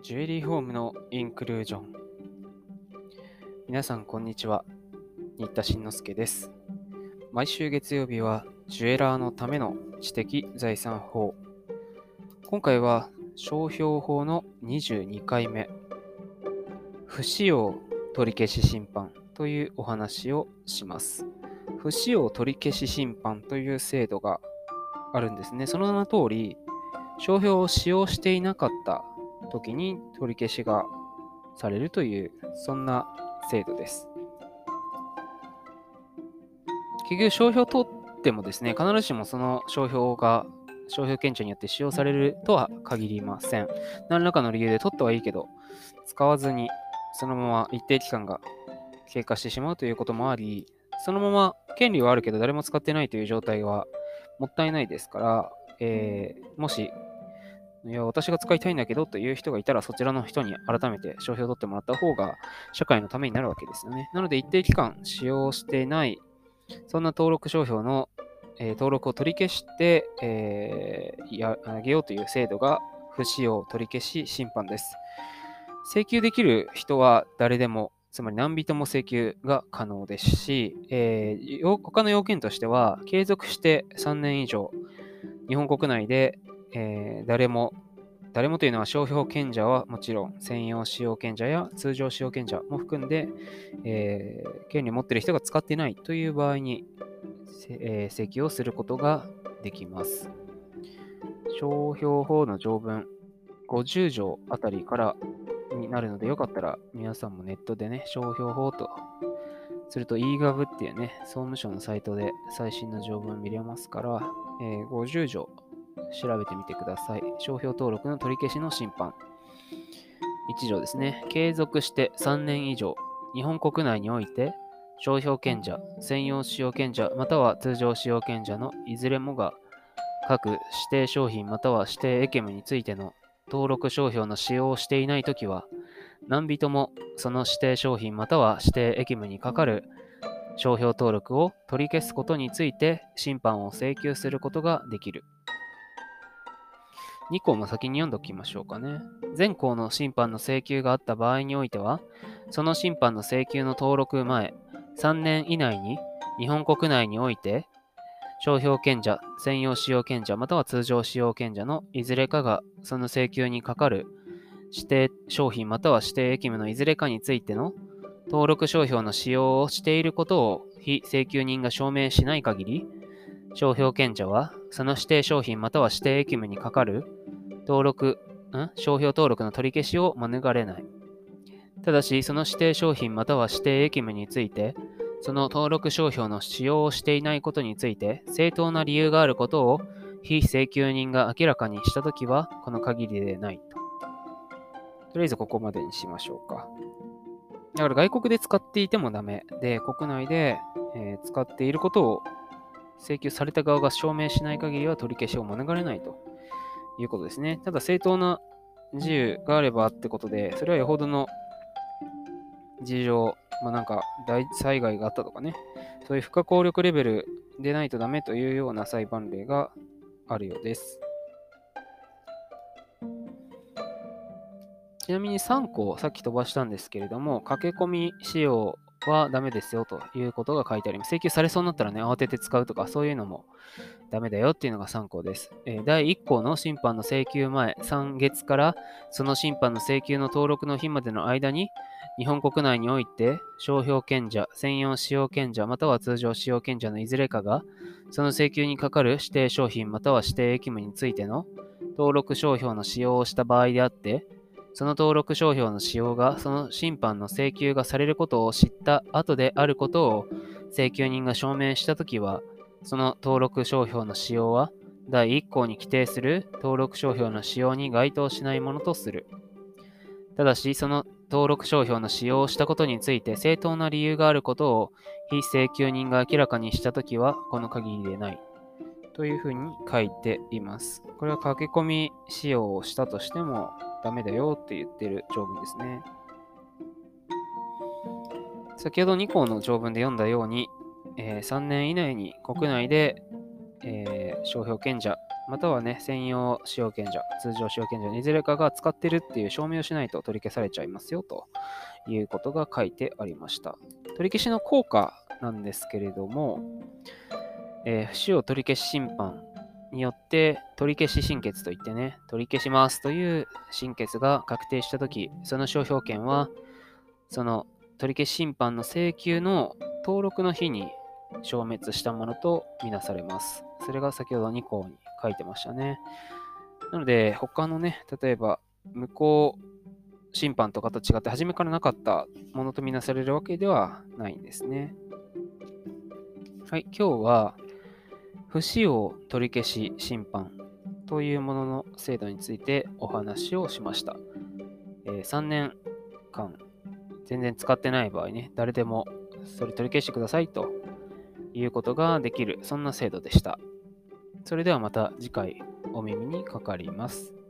ジュエリーホームのインクルージョン。皆さんこんにちは。新田慎之介です。毎週月曜日はジュエラーのための知的財産法。今回は商標法の22回目。不使用取り消し審判というお話をします。不使用取り消し審判という制度があるんですね。その名の通り、商標を使用していなかった時に取り消しがされるという、そんな制度です。結局、商標を取ってもですね、必ずしもその商標が商標権者によって使用されるとは限りません。何らかの理由で取ってはいいけど、使わずにそのまま一定期間が経過してしまうということもあり、そのまま権利はあるけど誰も使ってないという状態はもったいないですから、もし私が使いたいんだけどという人がいたら、そちらの人に改めて商標を取ってもらった方が社会のためになるわけですよね。なので一定期間使用していない、そんな登録商標の、登録を取り消して、あげようという制度が不使用取り消し審判です。請求できる人は誰でも、つまり何人も請求が可能ですし、他の要件としては、継続して3年以上、日本国内で誰もというのは商標権者はもちろん専用使用権者や通常使用権者も含んで、権利を持っている人が使っていないという場合に、請求をすることができます。商標法の条文50条あたりからになるので、よかったら皆さんもネットでね、商標法とすると eGov っていうね、総務省のサイトで最新の条文見れますから、50条調べてみてください。商標登録の取り消しの審判。1条ですね。継続して3年以上、日本国内において、商標権者、専用使用権者、または通常使用権者のいずれもが、各指定商品または指定エケムについての登録商標の使用をしていないときは、何人もその指定商品または指定エケムにかかる商標登録を取り消すことについて審判を請求することができる。2項も先に読んでおきましょうかね。前項の審判の請求があった場合においては、その審判の請求の登録前、3年以内に日本国内において、商標権者、専用使用権者、または通常使用権者のいずれかがその請求にかかる指定商品または指定役務のいずれかについての登録商標の使用をしていることを非請求人が証明しない限り、商標権者はその指定商品または指定役務にかかる商標登録の取り消しを免れない。ただし、その指定商品または指定役務について、その登録商標の使用をしていないことについて、正当な理由があることを非請求人が明らかにしたときは、この限りでないと。とりあえずここまでにしましょうか。だから外国で使っていてもダメで、国内で、使っていることを請求された側が証明しない限りは取り消しを免れないということですね。ただ正当な自由があればってことで、それはよほどの事情、なんか大災害があったとかね、そういう不可抗力レベルでないとダメというような裁判例があるようです。ちなみに3項さっき飛ばしたんですけれども、駆け込み使用はダメですよということが書いてあります。請求されそうになったらね、慌てて使うとかそういうのもダメだよっていうのが3項です。第1項の審判の請求前3月からその審判の請求の登録の日までの間に、日本国内において商標権者、専用使用権者または通常使用権者のいずれかが、その請求にかかる指定商品または指定役務についての登録商標の使用をした場合であって、その登録商標の使用がその審判の請求がされることを知った後であることを請求人が証明したときは、その登録商標の使用は第1項に規定する登録商標の使用に該当しないものとする。ただし、その登録商標の使用をしたことについて正当な理由があることを非請求人が明らかにしたときは、この限りでない。というふうに書いています。これは駆け込み使用をしたとしてもダメだよって言ってる条文ですね。先ほど2項の条文で読んだように、3年以内に国内で、 商標権者、またはね、専用使用権者、通常使用権者のいずれかが使ってるっていう証明をしないと取り消されちゃいますよということが書いてありました。取り消しの効果なんですけれども、不使用取り消し審判によって取り消し審決といってね、取り消しますという審決が確定したとき、その商標権は、その取り消し審判の請求の登録の日に消滅したものとみなされます。それが先ほど2項に書いてましたね。なので、他のね、例えば、無効審判とかと違って、初めからなかったものとみなされるわけではないんですね。はい、今日は、不使用取り消し審判というものの制度についてお話をしました。3年間、全然使ってない場合ね、誰でもそれ取り消してくださいということができる、そんな制度でした。それではまた次回お耳にかかります。